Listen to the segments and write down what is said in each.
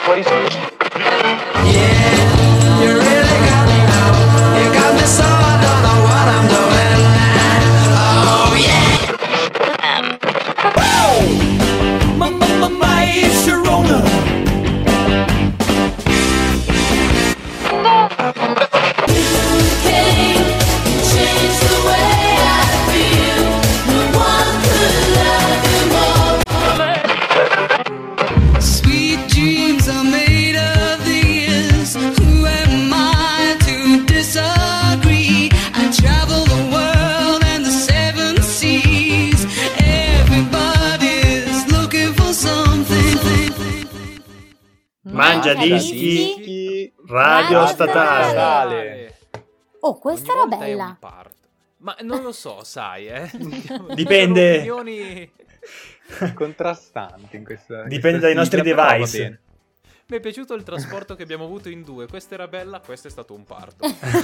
fuori Mangiadischi Radio Statale. Oh, questa era bella. Ma non lo so, sai, Dipende. Sono opinioni contrastanti in questa. Dipende dai nostri device. Mi è piaciuto il trasporto che abbiamo avuto in due. Questa era bella, questo è stato un parto.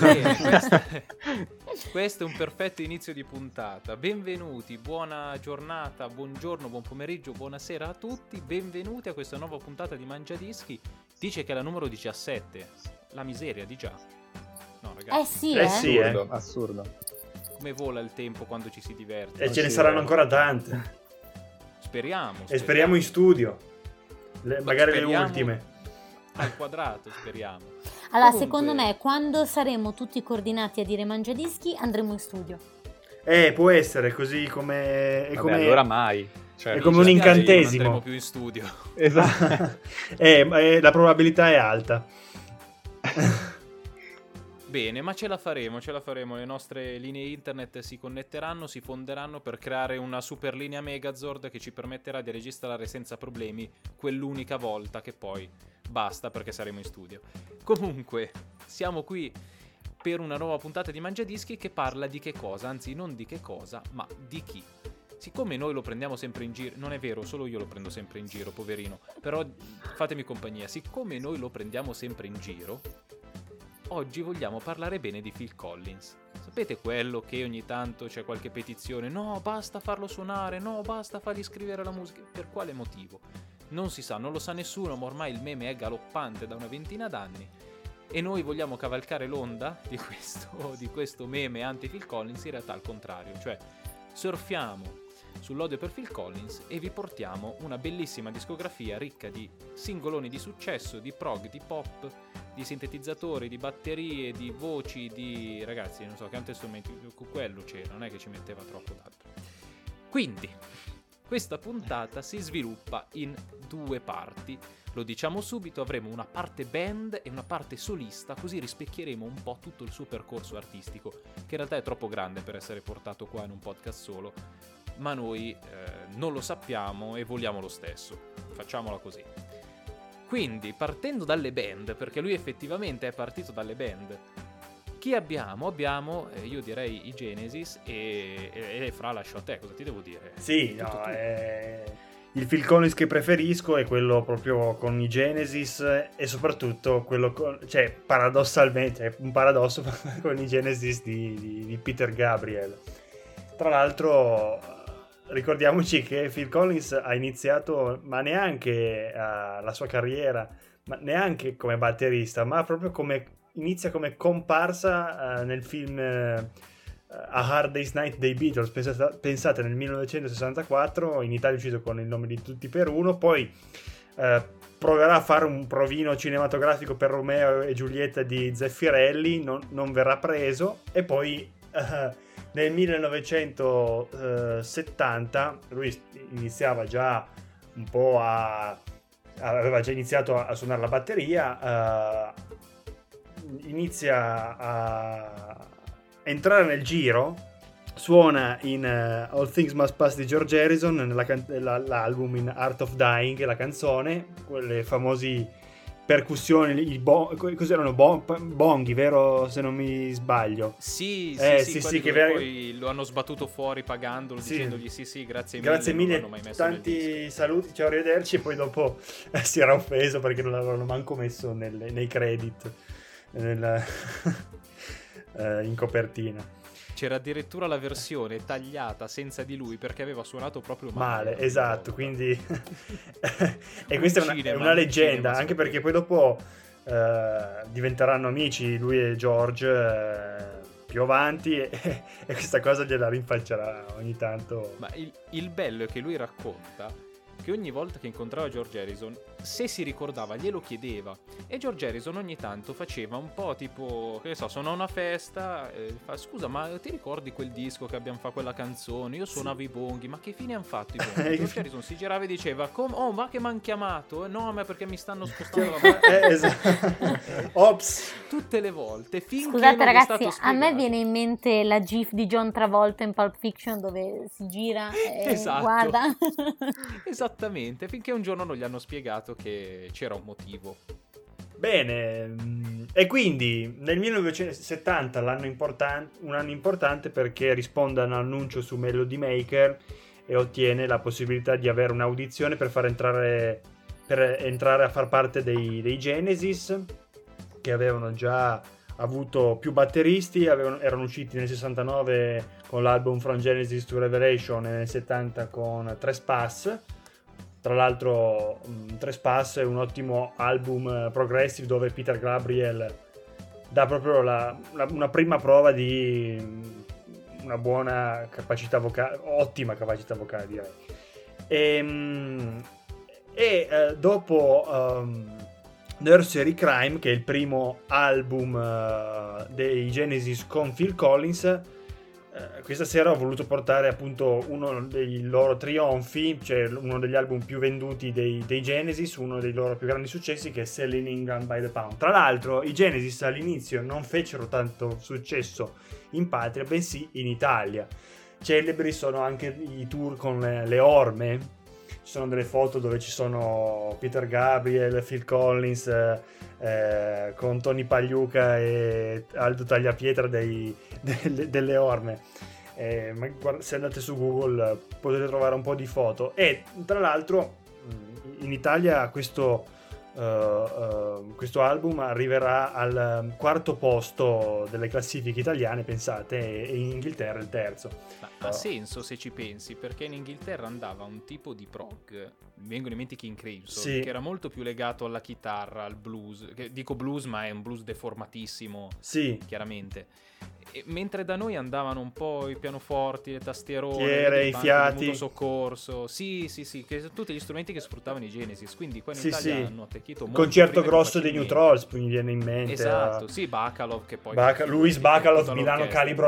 Questo è un perfetto inizio di puntata. Benvenuti, buona giornata, buongiorno, buon pomeriggio, buonasera a tutti. Benvenuti a questa nuova puntata di Mangiadischi. Dice che è la numero 17. La miseria di già. No, ragazzi. Sì. Assurdo. Come vola il tempo quando ci si diverte. E ce ne saranno ancora tante. Speriamo. E speriamo in studio. Magari speriamo le ultime. Al quadrato, speriamo. Allora, Comunque, secondo me, quando saremo tutti coordinati a dire Mangiadischi, andremo in studio. Può essere così come... Vabbè, allora mai. È come un incantesimo. Non andremo più in studio. Esatto. La probabilità è alta. Bene, ma ce la faremo. Le nostre linee internet si connetteranno, si fonderanno per creare una super linea Megazord che ci permetterà di registrare senza problemi quell'unica volta che poi basta perché saremo in studio. Comunque, siamo qui per una nuova puntata di Mangiadischi che parla di che cosa? Anzi, non di che cosa, ma di chi. Siccome noi lo prendiamo sempre in giro, non è vero, solo io lo prendo sempre in giro, poverino, però fatemi compagnia, siccome noi lo prendiamo sempre in giro, oggi vogliamo parlare bene di Phil Collins. Sapete quello che ogni tanto c'è qualche petizione? No, basta farlo suonare, no, basta fargli scrivere la musica. Per quale motivo? Non si sa, non lo sa nessuno, ma ormai il meme è galoppante da una ventina d'anni. E noi vogliamo cavalcare l'onda di questo meme anti-Phil Collins, in realtà al contrario. Cioè, surfiamo sull'odio per Phil Collins e vi portiamo una bellissima discografia ricca di singoloni di successo, di prog, di pop, di sintetizzatori, di batterie, di voci, di... ragazzi, non so, che altri strumenti, quello c'era, non è che ci metteva troppo d'altro. Quindi, questa puntata si sviluppa in due parti. Lo diciamo subito, avremo una parte band e una parte solista, così rispecchieremo un po' tutto il suo percorso artistico, che in realtà è troppo grande per essere portato qua in un podcast solo, ma noi non lo sappiamo e vogliamo lo stesso. Facciamola così. Quindi, partendo dalle band, perché lui effettivamente è partito dalle band, chi abbiamo? Abbiamo, io direi, i Genesis e Fra, lascio a te, cosa ti devo dire? Sì, no, il Phil Collins che preferisco è quello proprio con i Genesis e soprattutto quello cioè paradossalmente, è un paradosso con i Genesis di Peter Gabriel. Tra l'altro ricordiamoci che Phil Collins ha iniziato, ma neanche la sua carriera, ma neanche come batterista, ma proprio inizia come comparsa nel film A Hard Day's Night dei Beatles. Pensate, nel 1964, in Italia è uscito con Il nome di tutti per uno, poi proverà a fare un provino cinematografico per Romeo e Giulietta di Zeffirelli, non verrà preso, e poi nel 1970 lui iniziava già un po' aveva già iniziato a suonare la batteria, inizia a entrare nel giro, suona in All Things Must Pass di George Harrison, l'album in Art of Dying, la canzone, quelle famosi percussioni, cos'erano? Bonghi, vero, se non mi sbaglio? Sì, che poi lo hanno sbattuto fuori pagandolo, dicendogli sì, grazie mille, non mai messo tanti saluti, ciao, arrivederci, e poi dopo si era offeso perché non l'avevano manco messo nei credit in copertina. c'era addirittura la versione tagliata senza di lui perché aveva suonato proprio male. Esatto, quindi e questa è cinema, una un leggenda, cinema, anche perché poi dopo diventeranno amici lui e George più avanti e questa cosa gliela rinfaccerà ogni tanto. Ma il bello è che lui racconta che ogni volta che incontrava George Harrison, se si ricordava glielo chiedeva, e George Harrison ogni tanto faceva un po' tipo, che ne so, sono a una festa, fa: scusa, ma ti ricordi quel disco che abbiamo fatto, quella canzone? Io suonavo i bonghi, ma che fine hanno fatto i bonghi? George Harrison si girava e diceva: oh, ma che m'han chiamato? No, ma perché mi stanno spostando la mano. Esatto. Ops. Tutte le volte, finché Scusate non è ragazzi, stato a spiegato. me viene in mente la gif di John Travolta in Pulp Fiction dove si gira e Esatto. guarda. Esattamente, finché un giorno non gli hanno spiegato che c'era un motivo. Bene, e quindi nel 1970 un anno importante perché risponde a un annuncio su Melody Maker e ottiene la possibilità di avere un'audizione per entrare a far parte dei Genesis, che avevano già avuto più batteristi, erano usciti nel 69 con l'album From Genesis to Revelation e nel 70 con Trespass. Tra l'altro Trespass è un ottimo album progressive dove Peter Gabriel dà proprio una prima prova di una buona capacità vocale, ottima capacità vocale direi. E dopo Nursery Crime, che è il primo album dei Genesis con Phil Collins, questa sera ho voluto portare appunto uno dei loro trionfi, cioè uno degli album più venduti dei Genesis, uno dei loro più grandi successi, che è Selling England by the Pound. Tra l'altro i Genesis all'inizio non fecero tanto successo in patria, bensì in Italia. Celebri sono anche i tour con le orme. Ci sono delle foto dove ci sono Peter Gabriel, Phil Collins con Tony Pagliuca e Aldo Tagliapietra delle orme. Se andate su Google potete trovare un po' di foto. E tra l'altro in Italia questo album arriverà al quarto posto delle classifiche italiane, pensate, e in Inghilterra il terzo. Ma ha senso se ci pensi, perché in Inghilterra andava un tipo di prog, mi vengono in mente King Crimson, sì, che era molto più legato alla chitarra, al blues, che dico blues ma è un blues deformatissimo, sì, chiaramente. Mentre da noi andavano un po' i pianoforti, le tastierone, i fiati, il soccorso, sì, che sono tutti gli strumenti che sfruttavano i Genesis, quindi qua in sì, Italia sì, hanno attecchito molto. Concerto grosso dei New Trolls mi viene in mente. Esatto, sì, Bacalov, che poi Luis Bacalov, Milano Calibro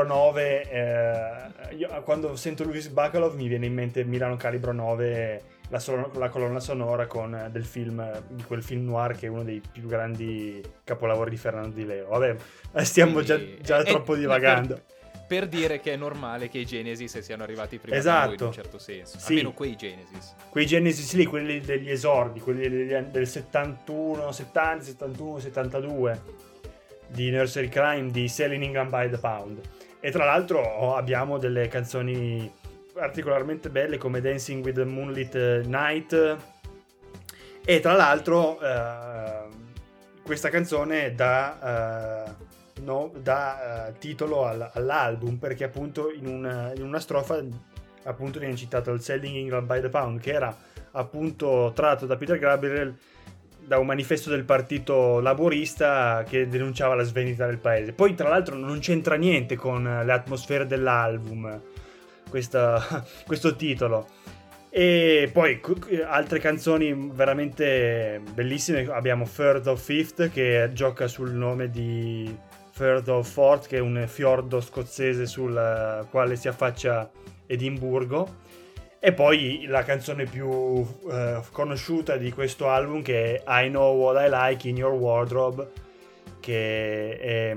9. Io quando sento Luis Bacalov mi viene in mente Milano Calibro 9, la colonna sonora di quel film noir che è uno dei più grandi capolavori di Fernando Di Leo. Vabbè, stiamo già troppo divagando. Per dire che è normale che i Genesis siano arrivati prima esatto, di noi in un certo senso, sì, almeno quei Genesis lì, quelli degli esordi, quelli del 71, 70, 71, 72 di Nursery Crime, di Selling England by the Pound. E tra l'altro abbiamo delle canzoni particolarmente belle come Dancing with the Moonlit Night, e tra l'altro questa canzone dà titolo all'album, perché appunto in una strofa appunto viene citato il Selling England by the Pound, che era appunto tratto da Peter Gabriel da un manifesto del partito laburista che denunciava la svendita del paese. Poi tra l'altro non c'entra niente con le atmosfere dell'album questo titolo. E poi altre canzoni veramente bellissime. Abbiamo Firth of Fifth, che gioca sul nome di Firth of Forth, che è un fiordo scozzese sul quale si affaccia Edimburgo. E poi la canzone più conosciuta di questo album, che è I Know What I Like in Your Wardrobe, che è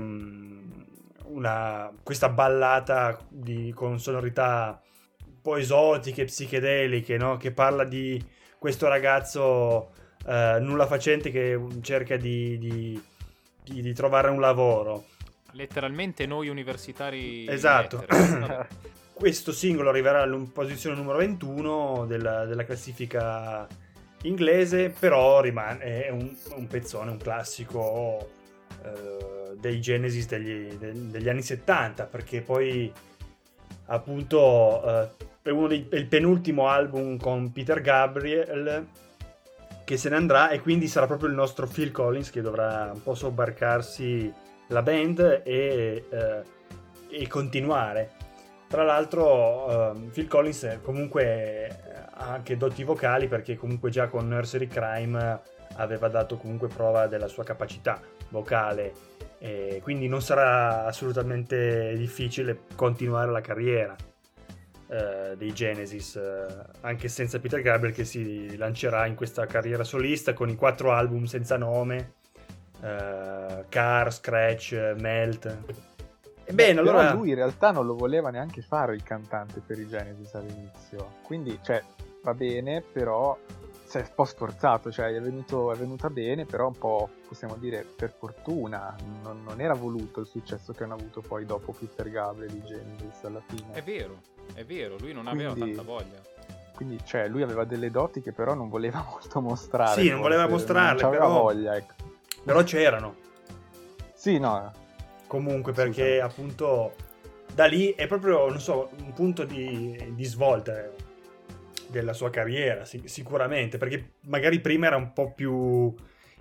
questa ballata con sonorità un po' esotiche, psichedeliche, no? Che parla di questo ragazzo nulla facente che cerca di trovare un lavoro. Letteralmente noi universitari. Esatto. Questo singolo arriverà in posizione numero 21 della classifica inglese, però è un pezzone, un classico dei Genesis degli anni 70, perché poi appunto è è il penultimo album con Peter Gabriel che se ne andrà, e quindi sarà proprio il nostro Phil Collins che dovrà un po' sobbarcarsi la band e continuare. Tra l'altro Phil Collins comunque ha anche doti vocali, perché comunque già con Nursery Crime aveva dato comunque prova della sua capacità vocale, e quindi non sarà assolutamente difficile continuare la carriera dei Genesis, anche senza Peter Gabriel, che si lancerà in questa carriera solista con i 4 album senza nome, Car, Scratch, Melt. Ebbene, Però allora lui in realtà non lo voleva neanche fare il cantante per i Genesis all'inizio, quindi cioè va bene, però è un po' sforzato, cioè è venuta bene, però un po', possiamo dire, per fortuna, non era voluto il successo che hanno avuto poi dopo Peter Gabriel i Genesis alla fine. È vero, lui non aveva tanta voglia. Quindi cioè lui aveva delle doti che però non voleva molto mostrare. Sì, non voleva mostrarle, non aveva però voglia, ecco. Però c'erano. Sì, no. Comunque, perché appunto da lì è proprio, non so, un punto di svolta della sua carriera, sicuramente, perché magari prima era un po' più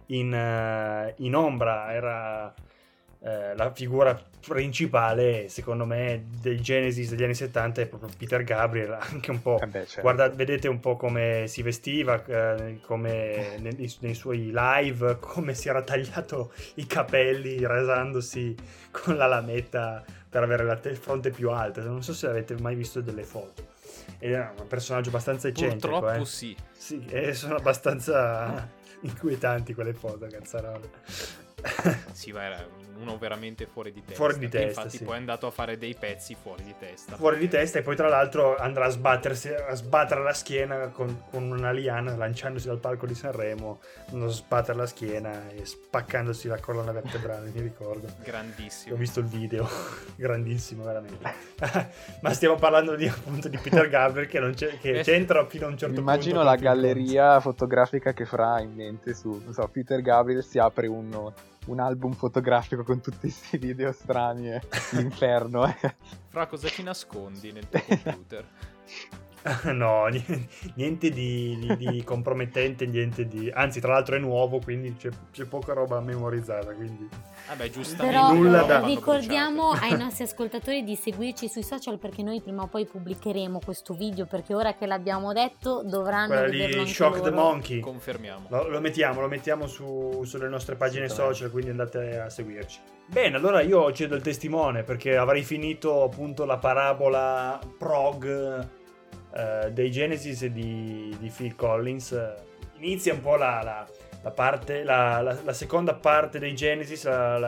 in ombra, era la figura principale, secondo me, dei Genesis degli anni 70 è proprio Peter Gabriel, anche un po'. Certo. Guardate, vedete un po' come si vestiva, come nei suoi live, come si era tagliato i capelli rasandosi con la lametta per avere la fronte più alta. Non so se avete mai visto delle foto. Ed era un personaggio abbastanza eccentrico. Purtroppo sì. Sì, e sono abbastanza inquietanti quelle foto, cazzarola. Sì, ma era uno veramente fuori di testa. Fuori di testa, infatti sì. poi è andato a fare dei pezzi fuori di testa. Fuori di testa, e poi tra l'altro andrà a sbattere la schiena con una liana, lanciandosi dal palco di Sanremo, andando a sbattere la schiena e spaccandosi la colonna vertebrale, mi ricordo. Grandissimo. Ho visto il video, grandissimo veramente. Ma stiamo parlando appunto di Peter Gabriel che c'entra fino a un certo punto. Immagino la galleria fotografica che Fra in mente su, non so, Peter Gabriel si apre un album fotografico con tutti questi video strani, l'inferno. Fra, cosa ci nascondi nel tuo computer? No, niente di compromettente, niente di... Anzi, tra l'altro è nuovo, quindi c'è poca roba memorizzata, quindi... Vabbè, giustamente. Però nulla da... ricordiamo ai nostri ascoltatori di seguirci sui social, perché noi prima o poi pubblicheremo questo video, perché ora che l'abbiamo detto dovranno Quella vederlo di anche Shock loro. the Monkey. Confermiamo. Lo mettiamo sulle nostre pagine social, quindi andate a seguirci. Bene, allora io cedo il testimone, perché avrei finito appunto la parabola prog dei Genesis e di Phil Collins. Inizia un po' la seconda parte dei Genesis,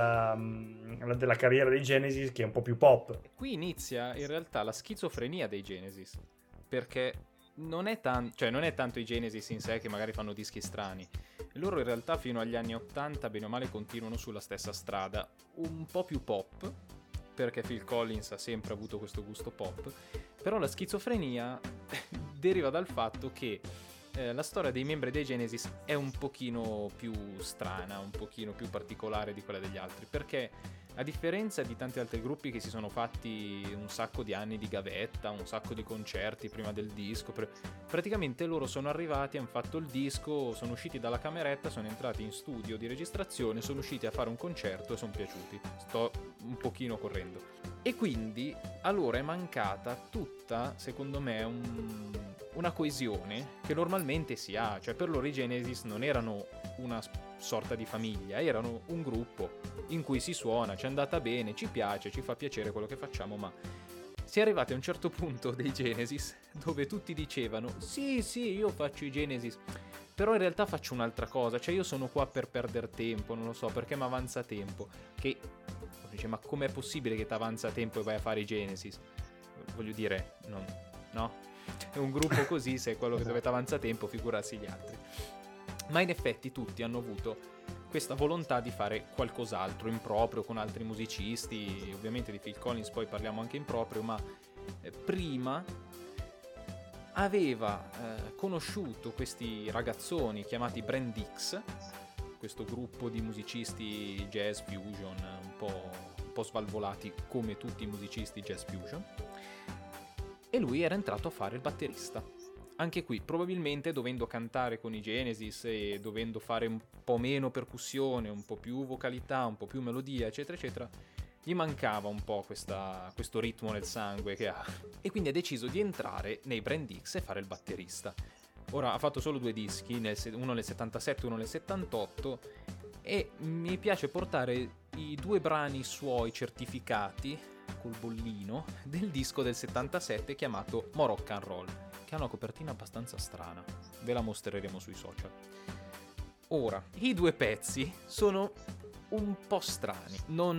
della carriera dei Genesis, che è un po' più pop. Qui inizia in realtà la schizofrenia dei Genesis, perché non è tanto i Genesis in sé che magari fanno dischi strani. Loro in realtà fino agli anni 80 bene o male continuano sulla stessa strada, un po' più pop, perché Phil Collins ha sempre avuto questo gusto pop, però la schizofrenia deriva dal fatto che la storia dei membri dei Genesis è un pochino più strana, un pochino più particolare di quella degli altri, perché a differenza di tanti altri gruppi che si sono fatti un sacco di anni di gavetta, un sacco di concerti prima del disco, praticamente loro sono arrivati, hanno fatto il disco, sono usciti dalla cameretta, sono entrati in studio di registrazione, sono usciti a fare un concerto e sono piaciuti. Sto un pochino correndo. E quindi a loro è mancata tutta, secondo me, una coesione che normalmente si ha. Cioè, per loro i Genesis non erano una sorta di famiglia, erano un gruppo in cui si suona, ci è andata bene, ci piace, ci fa piacere quello che facciamo, ma si è arrivati a un certo punto dei Genesis dove tutti dicevano sì, io faccio i Genesis, però in realtà faccio un'altra cosa, cioè io sono qua per perdere tempo, non lo so, perché mi avanza tempo. Che dice, ma com'è possibile che ti avanza tempo e vai a fare i Genesis? Voglio dire, no? È un gruppo così, se è quello che dovete avanza tempo, figurarsi gli altri. Ma in effetti tutti hanno avuto questa volontà di fare qualcos'altro in proprio con altri musicisti. Ovviamente di Phil Collins poi parliamo anche in proprio, ma prima aveva conosciuto questi ragazzoni chiamati Brand X, questo gruppo di musicisti jazz fusion un po' svalvolati come tutti i musicisti jazz fusion, e lui era entrato a fare il batterista. Anche qui, probabilmente dovendo cantare con i Genesis e dovendo fare un po' meno percussione, un po' più vocalità, un po' più melodia, eccetera, eccetera, gli mancava un po' questo ritmo nel sangue che ha. E quindi ha deciso di entrare nei Brand X e fare il batterista. Ora ha fatto solo 2 dischi, uno nel 77 e uno nel 78, e mi piace portare i 2 brani suoi certificati col bollino del disco del 77 chiamato More Rock and Roll, che ha una copertina abbastanza strana, ve la mostreremo sui social. Ora, i 2 pezzi sono un po' strani,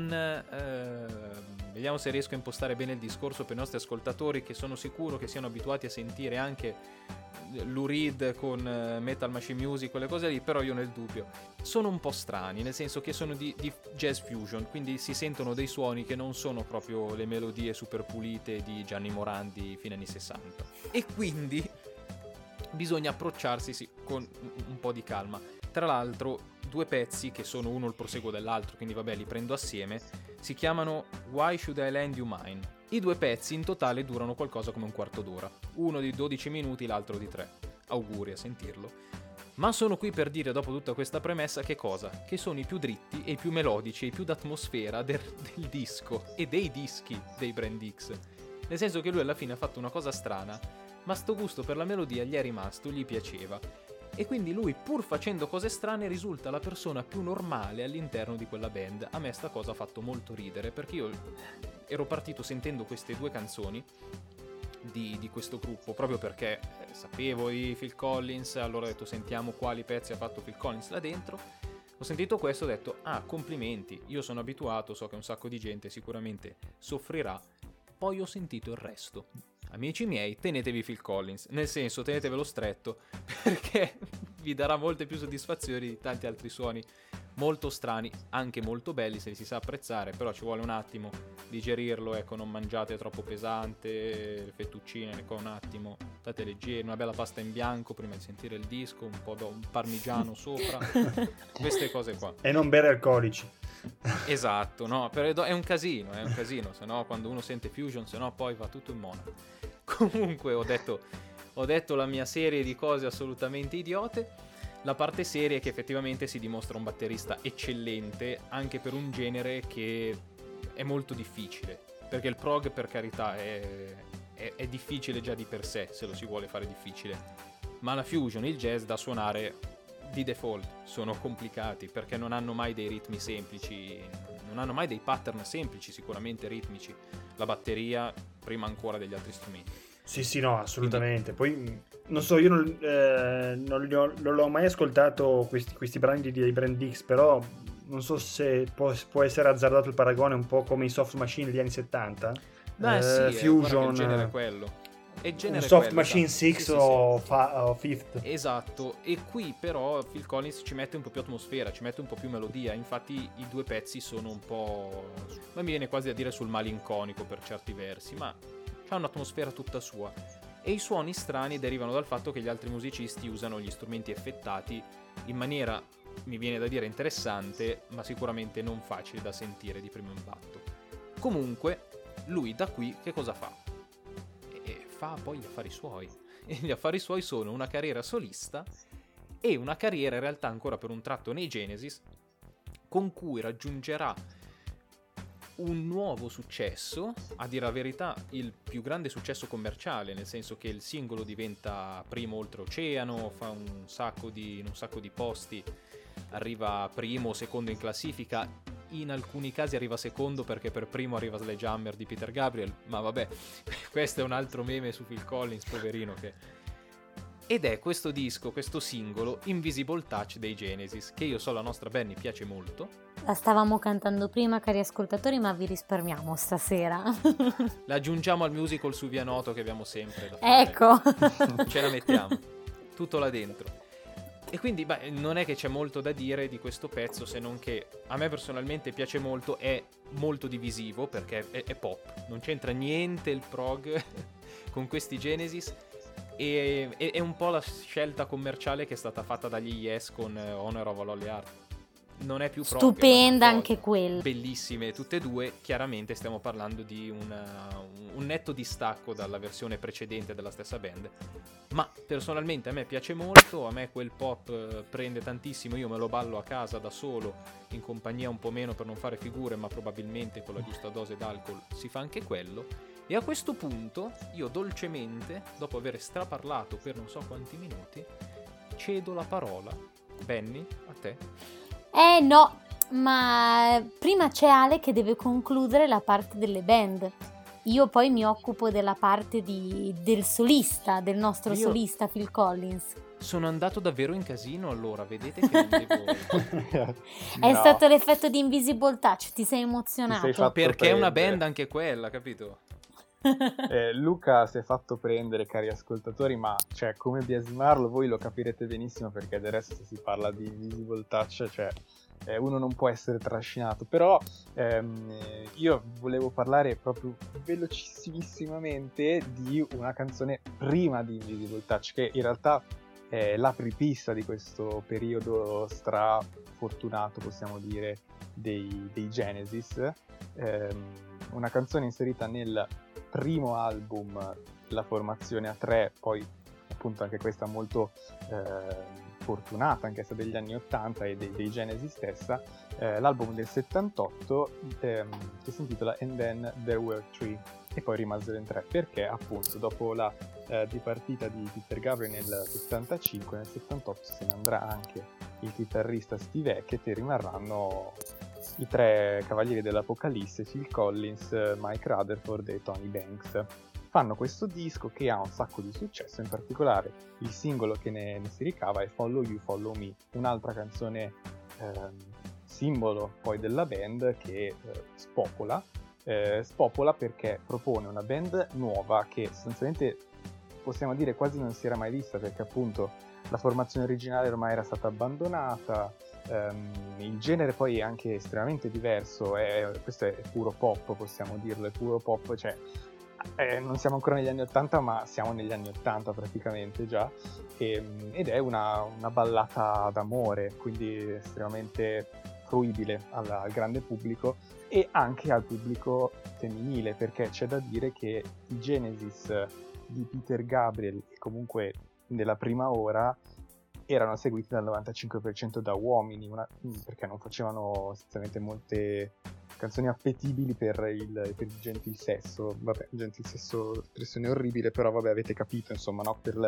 vediamo se riesco a impostare bene il discorso per i nostri ascoltatori, che sono sicuro che siano abituati a sentire anche Lou Reed con Metal Machine Music, quelle cose lì, però io nel dubbio. Sono un po' strani, nel senso che sono di jazz fusion, quindi si sentono dei suoni che non sono proprio le melodie super pulite di Gianni Morandi fine anni 60, e quindi bisogna approcciarsi con un po' di calma. Tra l'altro 2 pezzi che sono uno il proseguo dell'altro, quindi vabbè, li prendo assieme, si chiamano Why Should I Lend You Mine. I 2 pezzi in totale durano qualcosa come un quarto d'ora, uno di 12 minuti, l'altro di 3. Auguri a sentirlo. Ma sono qui per dire, dopo tutta questa premessa, che cosa? Che sono i più dritti e i più melodici e i più d'atmosfera del disco e dei dischi dei Brand X. Nel senso che lui alla fine ha fatto una cosa strana, ma sto gusto per la melodia gli è rimasto, gli piaceva. E quindi lui, pur facendo cose strane, risulta la persona più normale all'interno di quella band. A me sta cosa ha fatto molto ridere, perché io ero partito sentendo queste 2 canzoni di questo gruppo, proprio perché sapevo di Phil Collins, allora ho detto sentiamo quali pezzi ha fatto Phil Collins là dentro. Ho sentito questo, ho detto complimenti, io sono abituato, so che un sacco di gente sicuramente soffrirà. Poi ho sentito il resto. Amici miei, tenetevi Phil Collins, nel senso tenetevelo stretto, perché vi darà molte più soddisfazioni di tanti altri suoni molto strani, anche molto belli se li si sa apprezzare, però ci vuole un attimo digerirlo, ecco, non mangiate troppo pesante, le fettuccine, ecco, un attimo, state leggeri, una bella pasta in bianco prima di sentire il disco, un po' un parmigiano sopra, queste cose qua. E non bere alcolici. Esatto, no, è un casino, se no quando uno sente fusion, se no poi va tutto in monaco. Comunque ho detto la mia serie di cose assolutamente idiote. La parte seria è che effettivamente si dimostra un batterista eccellente anche per un genere che è molto difficile, perché il prog, per carità, è difficile già di per sé, se lo si vuole fare difficile, ma la fusion, il jazz da suonare di default sono complicati, perché non hanno mai dei ritmi semplici, non hanno mai dei pattern semplici, sicuramente ritmici, la batteria prima ancora degli altri strumenti. Sì, no, assolutamente. Poi, non so, io non l'ho mai ascoltato questi brani dei Brand X, però non so se può essere azzardato il paragone un po' come i Soft Machine degli anni 70. Sì, Fusion, il genere è quello. Un Soft Machine 6 sì. o Fifth. Esatto, e qui però Phil Collins ci mette un po' più atmosfera, ci mette un po' più melodia, infatti i 2 pezzi sono un po', ma mi viene quasi a dire sul malinconico per certi versi, ma c'ha un'atmosfera tutta sua, e i suoni strani derivano dal fatto che gli altri musicisti usano gli strumenti effettati in maniera, mi viene da dire, interessante, ma sicuramente non facile da sentire di primo impatto. Comunque lui da qui che cosa fa? Fa poi gli affari suoi, e gli affari suoi sono una carriera solista e una carriera in realtà ancora per un tratto nei Genesis, con cui raggiungerà un nuovo successo, a dire la verità il più grande successo commerciale, nel senso che il singolo diventa primo oltreoceano, fa in un sacco di posti, arriva primo o secondo in classifica, in alcuni casi arriva secondo perché per primo arriva Sledgehammer di Peter Gabriel, ma vabbè, questo è un altro meme su Phil Collins, poverino che... Ed è questo disco, questo singolo, Invisible Touch dei Genesis, che io so la nostra Benny piace molto. La stavamo cantando prima, cari ascoltatori, ma vi risparmiamo stasera. La aggiungiamo al musical su Via Noto che abbiamo sempre da fare. Ecco! Ce la mettiamo, tutto là dentro. E quindi non è che c'è molto da dire di questo pezzo, se non che a me personalmente piace molto, è molto divisivo perché è pop, non c'entra niente il prog con questi Genesis, e è un po' la scelta commerciale che è stata fatta dagli Yes con Honor of a Lonely Heart. non è più propria. Stupenda anche quella. Bellissime tutte e due. Chiaramente stiamo parlando di un netto distacco dalla versione precedente della stessa band, ma personalmente a me piace molto, a me quel pop prende tantissimo, io me lo ballo a casa da solo, in compagnia un po' meno per non fare figure, ma probabilmente con la giusta dose d'alcol si fa anche quello. E a questo punto io dolcemente, dopo aver straparlato per non so quanti minuti, cedo la parola. Benny, a te. No, ma prima c'è Ale che deve concludere la parte delle band. Io poi mi occupo della parte del solista, del nostro solista Phil Collins. Sono andato davvero in casino, allora vedete che non devo... È stato l'effetto di Invisible Touch, ti sei emozionato. Perché è una band anche quella, capito? Luca si è fatto prendere, cari ascoltatori, ma cioè, come biasimarlo voi lo capirete benissimo, perché del resto se si parla di Invisible Touch, cioè uno non può essere trascinato. Però io volevo parlare proprio velocissimamente di una canzone prima di Invisible Touch, che in realtà è l'apripista di questo periodo strafortunato, possiamo dire, dei Genesis. Una canzone inserita nel primo album, la formazione a tre, poi appunto anche questa molto fortunata, anche se degli anni 80 e dei Genesis stessa, l'album del 78 che si intitola And Then There Were Three, e poi rimasero in tre perché appunto dopo la dipartita di Peter Gabriel nel 75, nel 78 se ne andrà anche il chitarrista Steve Hackett e rimarranno i tre cavalieri dell'Apocalisse, Phil Collins, Mike Rutherford e Tony Banks. Fanno questo disco che ha un sacco di successo, in particolare il singolo che ne si ricava è Follow You, Follow Me, un'altra canzone simbolo poi della band che spopola perché propone una band nuova che sostanzialmente possiamo dire quasi non si era mai vista, perché appunto la formazione originale ormai era stata abbandonata. Il genere poi è anche estremamente diverso, questo è puro pop, possiamo dirlo, è puro pop, cioè non siamo ancora negli anni 80 ma siamo negli anni 80 praticamente già, ed è una ballata d'amore, quindi estremamente fruibile al grande pubblico e anche al pubblico femminile, perché c'è da dire che i Genesis di Peter Gabriel e comunque della prima ora erano seguiti dal 95% da uomini, perché non facevano essenzialmente molte canzoni appetibili per il gentil sesso. Vabbè, gentil sesso, espressione orribile, però vabbè, avete capito, insomma, no? Per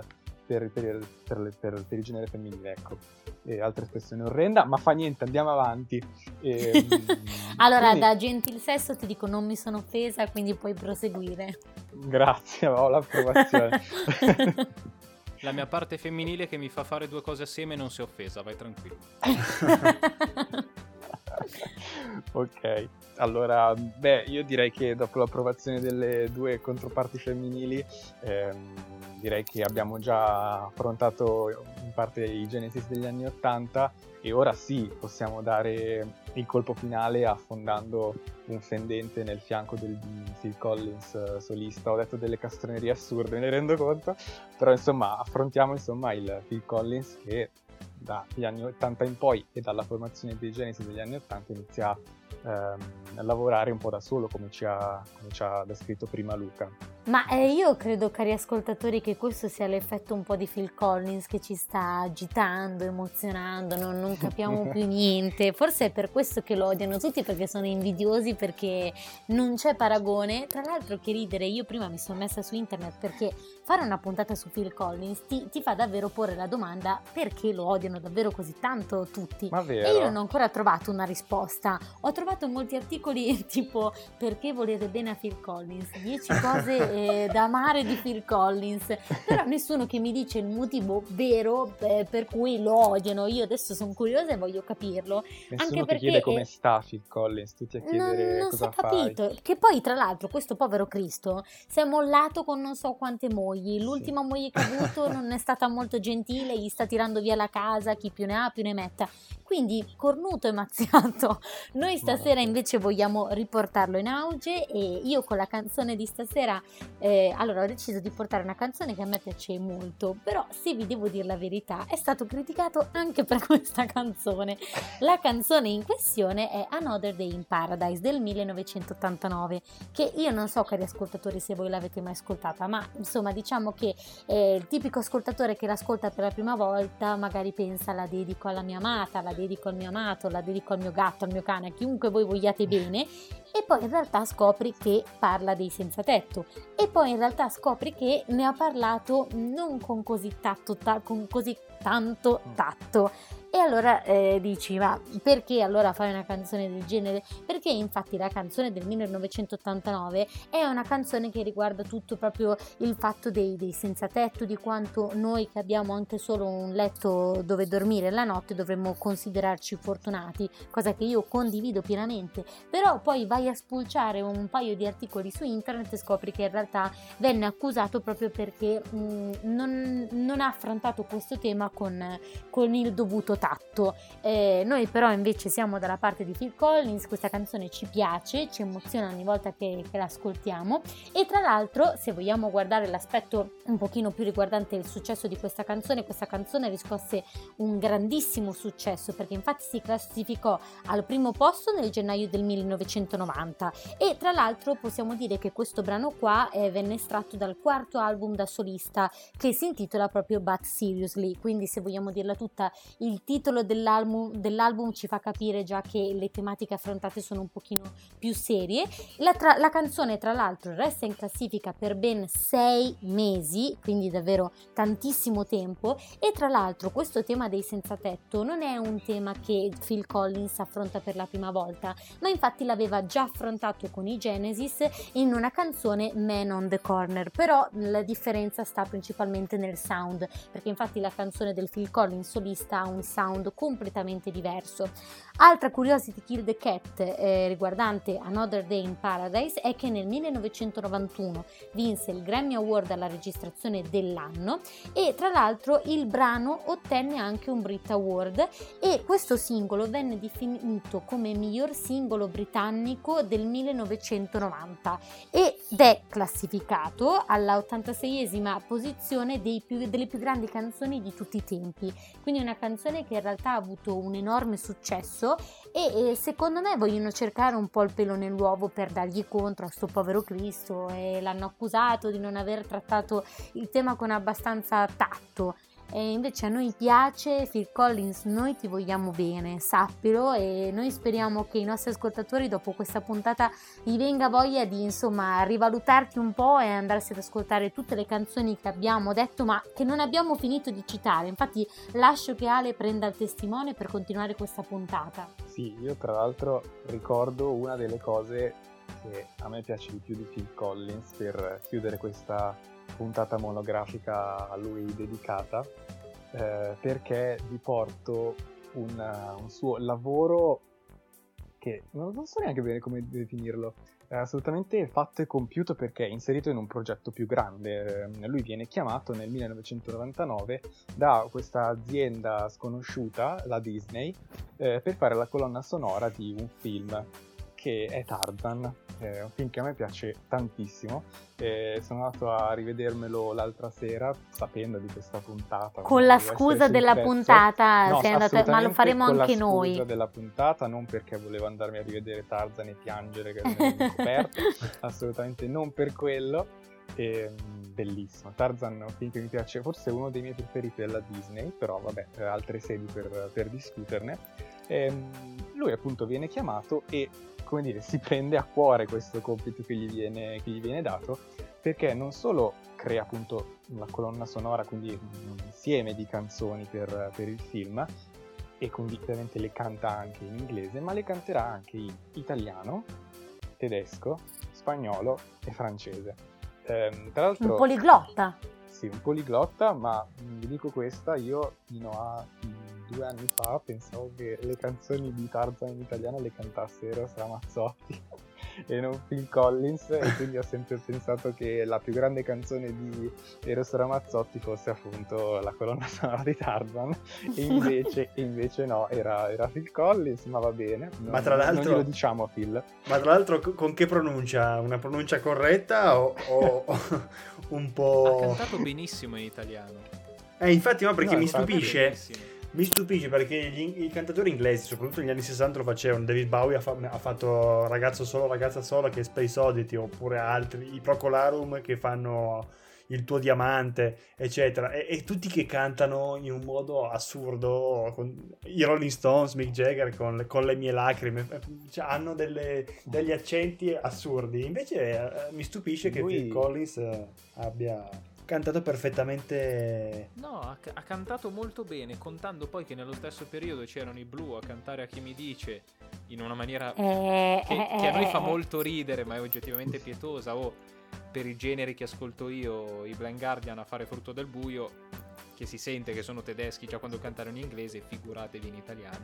il genere femminile, ecco. E altra espressione orrenda, ma fa niente, andiamo avanti. Allora, quindi, da gentil sesso ti dico, non mi sono offesa, quindi puoi proseguire. Grazie, ho l'approvazione. La mia parte femminile che mi fa fare due cose assieme non si è offesa, vai tranquillo. Ok, allora, io direi che dopo l'approvazione delle due controparti femminili, direi che abbiamo già affrontato in parte i Genesis degli anni 80 e ora sì, possiamo dare il colpo finale affondando un fendente nel fianco del Phil Collins solista. Ho detto delle castronerie assurde, me ne rendo conto, però insomma affrontiamo il Phil Collins che dagli anni 80 in poi e dalla formazione dei Genesis degli anni 80 inizia a lavorare un po' da solo, come ci ha descritto prima Luca. Ma io credo, cari ascoltatori, che questo sia l'effetto un po' di Phil Collins che ci sta agitando, emozionando, non capiamo più niente. Forse è per questo che lo odiano tutti, perché sono invidiosi, perché non c'è paragone. Tra l'altro, che ridere, io prima mi sono messa su internet perché fare una puntata su Phil Collins ti fa davvero porre la domanda perché lo odiano davvero così tanto tutti. Ma vero? E io non ho ancora trovato una risposta. Ho trovato molti articoli tipo perché volete bene a Phil Collins, 10 cose da amare di Phil Collins, però nessuno che mi dice il motivo vero per cui lo odiano. Io adesso sono curiosa e voglio capirlo. Nessuno anche ti perché chiede come sta Phil Collins, tutti a chiedere non cosa si è capito. fai. Che poi tra l'altro questo povero Cristo si è mollato con non so quante mogli, l'ultima moglie che ha avuto non è stata molto gentile, gli sta tirando via la casa, chi più ne ha più ne metta, quindi cornuto e mazziato. Noi stasera invece vogliamo riportarlo in auge e io con la canzone di stasera Allora ho deciso di portare una canzone che a me piace molto, però se vi devo dire la verità è stato criticato anche per questa canzone. La canzone in questione è Another Day in Paradise del 1989, che io non so, cari ascoltatori, se voi l'avete mai ascoltata, ma insomma diciamo che il tipico ascoltatore che l'ascolta per la prima volta magari pensa: la dedico alla mia amata, la dedico al mio amato, la dedico al mio gatto, al mio cane, a chiunque voi vogliate bene, e poi in realtà scopri che parla dei senza tetto, e poi in realtà scopri che ne ha parlato non con così con così tanto tatto. E allora dici: ma perché allora fai una canzone del genere? Perché infatti la canzone del 1989 è una canzone che riguarda tutto proprio il fatto dei senza tetto, di quanto noi che abbiamo anche solo un letto dove dormire la notte dovremmo considerarci fortunati, cosa che io condivido pienamente. Però poi vai a spulciare un paio di articoli su internet e scopri che in realtà venne accusato proprio perché non ha affrontato questo tema con il dovuto tatto. Noi però invece siamo dalla parte di Phil Collins, questa canzone ci piace, ci emoziona ogni volta che l'ascoltiamo, e tra l'altro, se vogliamo guardare l'aspetto un pochino più riguardante il successo di questa canzone riscosse un grandissimo successo, perché infatti si classificò al primo posto nel gennaio del 1990, e tra l'altro possiamo dire che questo brano qua venne estratto dal quarto album da solista, che si intitola proprio But Seriously. Quindi, se vogliamo dirla tutta, il titolo dell'album ci fa capire già che le tematiche affrontate sono un pochino più serie. La canzone tra l'altro resta in classifica per ben 6 mesi, quindi davvero tantissimo tempo, e tra l'altro questo tema dei senza tetto non è un tema che Phil Collins affronta per la prima volta, ma infatti l'aveva già affrontato con i Genesis in una canzone Man on the Corner. Però la differenza sta principalmente nel sound, perché infatti la canzone del Phil Collins solista ha un sound completamente diverso. Altra curiosity Kill the Cat riguardante Another Day in Paradise è che nel 1991 vinse il Grammy Award alla registrazione dell'anno, e tra l'altro il brano ottenne anche un Brit Award, e questo singolo venne definito come miglior singolo britannico del 1990 ed è classificato alla 86esima posizione delle più grandi canzoni di tutti i tempi. Quindi una canzone che in realtà ha avuto un enorme successo, e secondo me vogliono cercare un po' il pelo nell'uovo per dargli contro a sto povero Cristo, e l'hanno accusato di non aver trattato il tema con abbastanza tatto. E invece a noi piace Phil Collins, noi ti vogliamo bene, sappilo, e noi speriamo che i nostri ascoltatori dopo questa puntata gli venga voglia di insomma rivalutarti un po' e andarsi ad ascoltare tutte le canzoni che abbiamo detto ma che non abbiamo finito di citare. Infatti lascio che Ale prenda il testimone per continuare questa puntata. Sì, io tra l'altro ricordo una delle cose che a me piace di più di Phil Collins, per chiudere questa puntata monografica a lui dedicata, perché vi porto un suo lavoro che non so neanche bene come definirlo, è assolutamente fatto e compiuto, perché è inserito in un progetto più grande. Lui viene chiamato nel 1999 da questa azienda sconosciuta, la Disney, per fare la colonna sonora di un film che è Tarzan. È un film che a me piace tantissimo, sono andato a rivedermelo l'altra sera sapendo di questa puntata. Con la scusa della puntata, no, sei andato, ma lo faremo anche noi. Con la scusa della puntata, non perché volevo andarmi a rivedere Tarzan e piangere che ero coperto, assolutamente non per quello. Bellissimo, Tarzan è un film che mi piace, forse è uno dei miei preferiti della Disney, però vabbè, altre sedi per discuterne. Lui appunto viene chiamato e, come dire, si prende a cuore questo compito che gli viene dato, perché non solo crea appunto la colonna sonora, quindi un insieme di canzoni per il film, e quindi ovviamente le canta anche in inglese, ma le canterà anche in italiano, tedesco, spagnolo e francese. Tra l'altro, un poliglotta. Sì, un poliglotta, ma vi dico questa, io fino a 2 anni fa pensavo che le canzoni di Tarzan in italiano le cantasse Eros Ramazzotti, e non Phil Collins, e quindi ho sempre pensato che la più grande canzone di Eros Ramazzotti fosse appunto la colonna sonora di Tarzan, e invece no, era Phil Collins, ma va bene, Ma tra l'altro non glielo diciamo a Phil. Ma tra l'altro con che pronuncia? Una pronuncia corretta o un po'... Ha cantato benissimo in italiano. Infatti, no, perché No, mi infatti, stupisce. benissimo. Mi stupisce perché i cantatori inglesi, soprattutto negli anni 60, lo facevano. David Bowie ha fatto Ragazzo Solo, Ragazza Sola, che è Space Oddity, oppure altri, i Procolarum che fanno Il Tuo Diamante, eccetera. E tutti che cantano in un modo assurdo, i Rolling Stones, Mick Jagger con Le mie lacrime, cioè, hanno degli accenti assurdi. Invece mi stupisce che Phil Collins abbia cantato perfettamente. No, ha cantato molto bene, contando poi che nello stesso periodo c'erano i Blue a cantare A chi mi dice in una maniera che a noi fa molto ridere, ma è oggettivamente pietosa. O per i generi che ascolto io, i Blind Guardian a fare Frutto del buio, che si sente che sono tedeschi già quando cantano in inglese, figuratevi in italiano.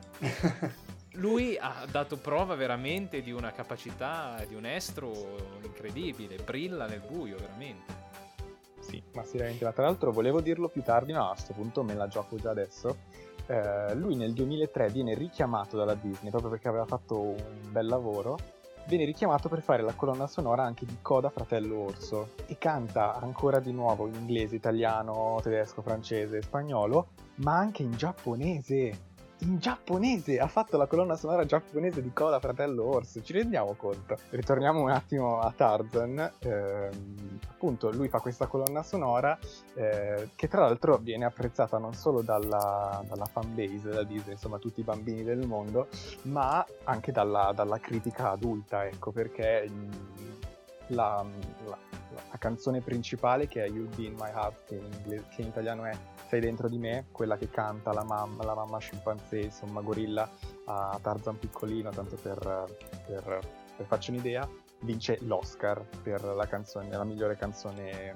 Lui ha dato prova veramente di una capacità, di un estro incredibile, brilla nel buio veramente. Sì, ma seriamente, ma tra l'altro volevo dirlo più tardi, ma a questo punto me la gioco già adesso. Lui nel 2003 viene richiamato dalla Disney, proprio perché aveva fatto un bel lavoro, viene richiamato per fare la colonna sonora anche di Coda Fratello Orso, e canta ancora di nuovo in inglese, italiano, tedesco, francese, spagnolo, ma anche in giapponese. In giapponese! Ha fatto la colonna sonora giapponese di Coda Fratello Orso, ci rendiamo conto? Ritorniamo un attimo a Tarzan. Appunto, lui fa questa colonna sonora che tra l'altro viene apprezzata non solo dalla fanbase della Disney, insomma tutti i bambini del mondo, ma anche dalla critica adulta, ecco, perché la canzone principale, che è You'll Be in My Heart, che in italiano è Sei dentro di me, quella che canta la mamma scimpanzé, insomma gorilla, a Tarzan piccolino, tanto per farci un'idea, vince l'Oscar per la canzone, la migliore canzone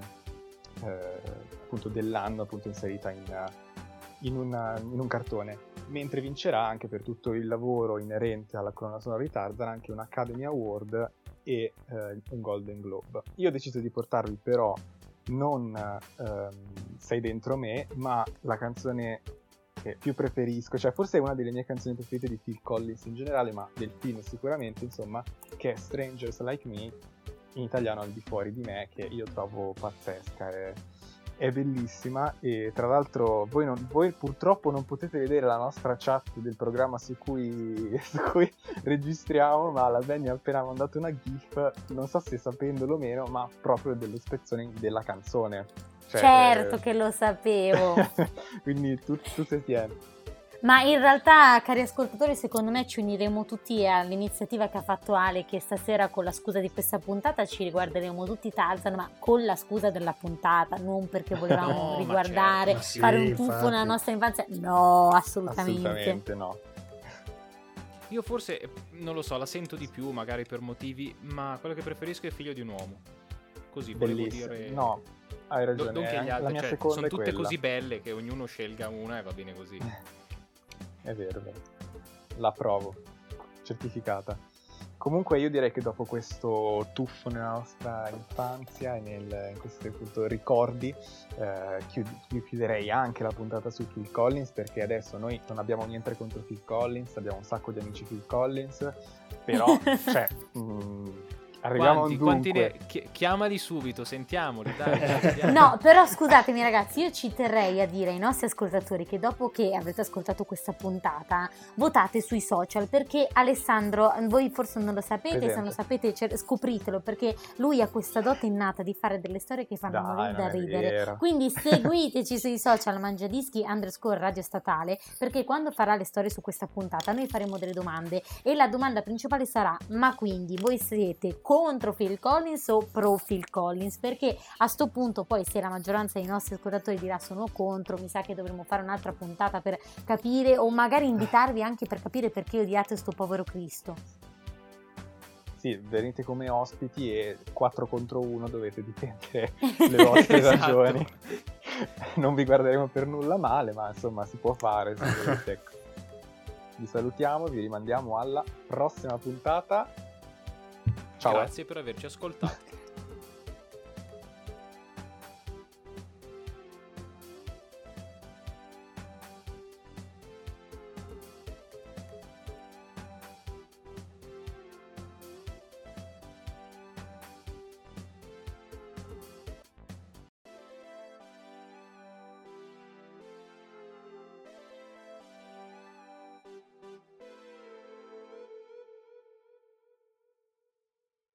appunto dell'anno, appunto inserita in un cartone, mentre vincerà anche per tutto il lavoro inerente alla colonna sonora di Tarzan anche un Academy Award e un Golden Globe. Io ho deciso di portarvi però non Sei dentro me, ma la canzone che più preferisco, cioè forse è una delle mie canzoni preferite di Phil Collins in generale, ma del film sicuramente, insomma, che è Strangers Like Me, in italiano Al di fuori di me, che io trovo pazzesca, è bellissima. E tra l'altro voi purtroppo non potete vedere la nostra chat del programma su cui registriamo, ma la Benny ha appena mandato una gif, non so se sapendolo o meno, ma proprio dello spezzone della canzone, cioè, certo che lo sapevo. quindi tutte insieme. Ma in realtà, cari ascoltatori, secondo me ci uniremo tutti all'iniziativa che ha fatto Ale, che stasera con la scusa di questa puntata ci riguarderemo tutti Tarzan, ma con la scusa della puntata, non perché volevamo riguardare, certo, sì, fare un tuffo infatti. nella nostra infanzia. No, assolutamente. Assolutamente no. Io forse, non lo so, la sento di più, magari per motivi, ma quello che preferisco è Figlio di un uomo. Così volevo Bellissimo. dire. No, hai ragione. Non che gli la altri, mia cioè, seconda sono è tutte quella. così belle che ognuno scelga una e va bene così. È vero. La provo, certificata. Comunque io direi che dopo questo tuffo nella nostra infanzia e in questi appunto ricordi, io chiuderei anche la puntata su Phil Collins, perché adesso noi non abbiamo niente contro Phil Collins, abbiamo un sacco di amici Phil Collins, però cioè arriviamo a un dunque. Chiamali subito, sentiamoli, dai. No, però scusatemi ragazzi, io ci terrei a dire ai nostri ascoltatori che dopo che avrete ascoltato questa puntata votate sui social, perché Alessandro, voi forse non lo sapete, Presente. se non lo sapete scopritelo, perché lui ha questa dote innata di fare delle storie che fanno morire da non è ridere. vero. Quindi seguiteci sui social _radio statale, perché quando farà le storie su questa puntata noi faremo delle domande e la domanda principale sarà: ma quindi voi siete contro Phil Collins o pro Phil Collins? Perché a sto punto poi, se la maggioranza dei nostri ascoltatori dirà sono contro, mi sa che dovremo fare un'altra puntata per capire, o magari invitarvi anche per capire perché odiate sto povero Cristo. Sì, venite come ospiti e 4 contro 1 dovete difendere le vostre Esatto. ragioni. Non vi guarderemo per nulla male, ma insomma si può fare. Se volete, ecco. Vi salutiamo, vi rimandiamo alla prossima puntata. Ciao. Grazie per averci ascoltato.